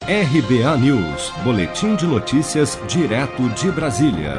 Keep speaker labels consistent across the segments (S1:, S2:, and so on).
S1: RBA News, boletim de notícias direto de Brasília.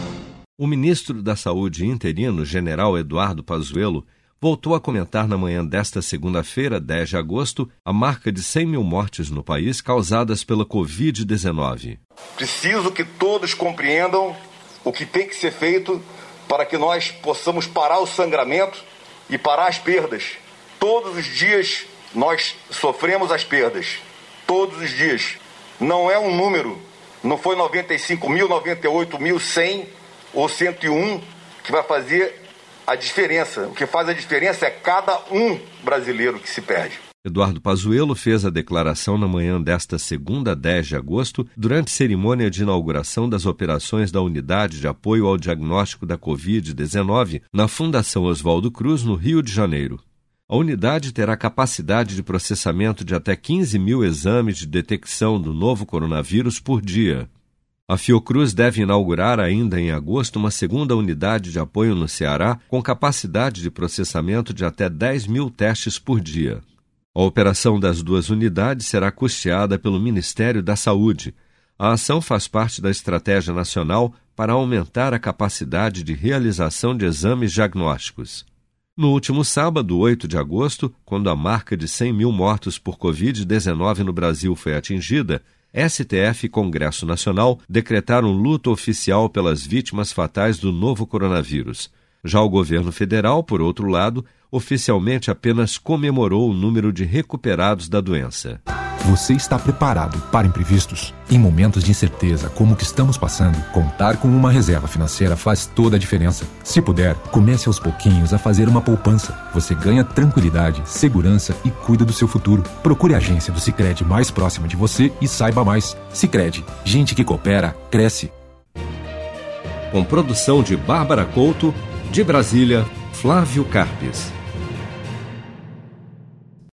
S1: O ministro da Saúde interino, general Eduardo Pazuello, voltou a comentar na manhã desta segunda-feira, 10 de agosto, a marca de 100 mil mortes no país causadas pela Covid-19.
S2: Preciso que todos compreendam o que tem que ser feito para que nós possamos parar o sangramento e parar as perdas. Todos os dias nós sofremos as perdas. Todos os dias. Não é um número, não foi 95 mil, 98 mil, 100 ou 101 que vai fazer a diferença. O que faz a diferença é cada um brasileiro que se perde.
S1: Eduardo Pazuello fez a declaração na manhã desta segunda, 10 de agosto, durante cerimônia de inauguração das operações da Unidade de Apoio ao Diagnóstico da Covid-19 na Fundação Oswaldo Cruz, no Rio de Janeiro. A unidade terá capacidade de processamento de até 15 mil exames de detecção do novo coronavírus por dia. A Fiocruz deve inaugurar ainda em agosto uma segunda unidade de apoio no Ceará com capacidade de processamento de até 10 mil testes por dia. A operação das duas unidades será custeada pelo Ministério da Saúde. A ação faz parte da Estratégia Nacional para aumentar a capacidade de realização de exames diagnósticos. No último sábado, 8 de agosto, quando a marca de 100 mil mortos por Covid-19 no Brasil foi atingida, STF e Congresso Nacional decretaram luto oficial pelas vítimas fatais do novo coronavírus. Já o governo federal, por outro lado, oficialmente apenas comemorou o número de recuperados da doença.
S3: Você está preparado para imprevistos? Em momentos de incerteza como o que estamos passando, contar com uma reserva financeira faz toda a diferença. Se puder, comece aos pouquinhos a fazer uma poupança. Você ganha tranquilidade, segurança e cuida do seu futuro. Procure a agência do Sicredi mais próxima de você e saiba mais. Sicredi, gente que coopera, cresce.
S1: Com produção de Bárbara Couto, de Brasília, Flávio Carpes.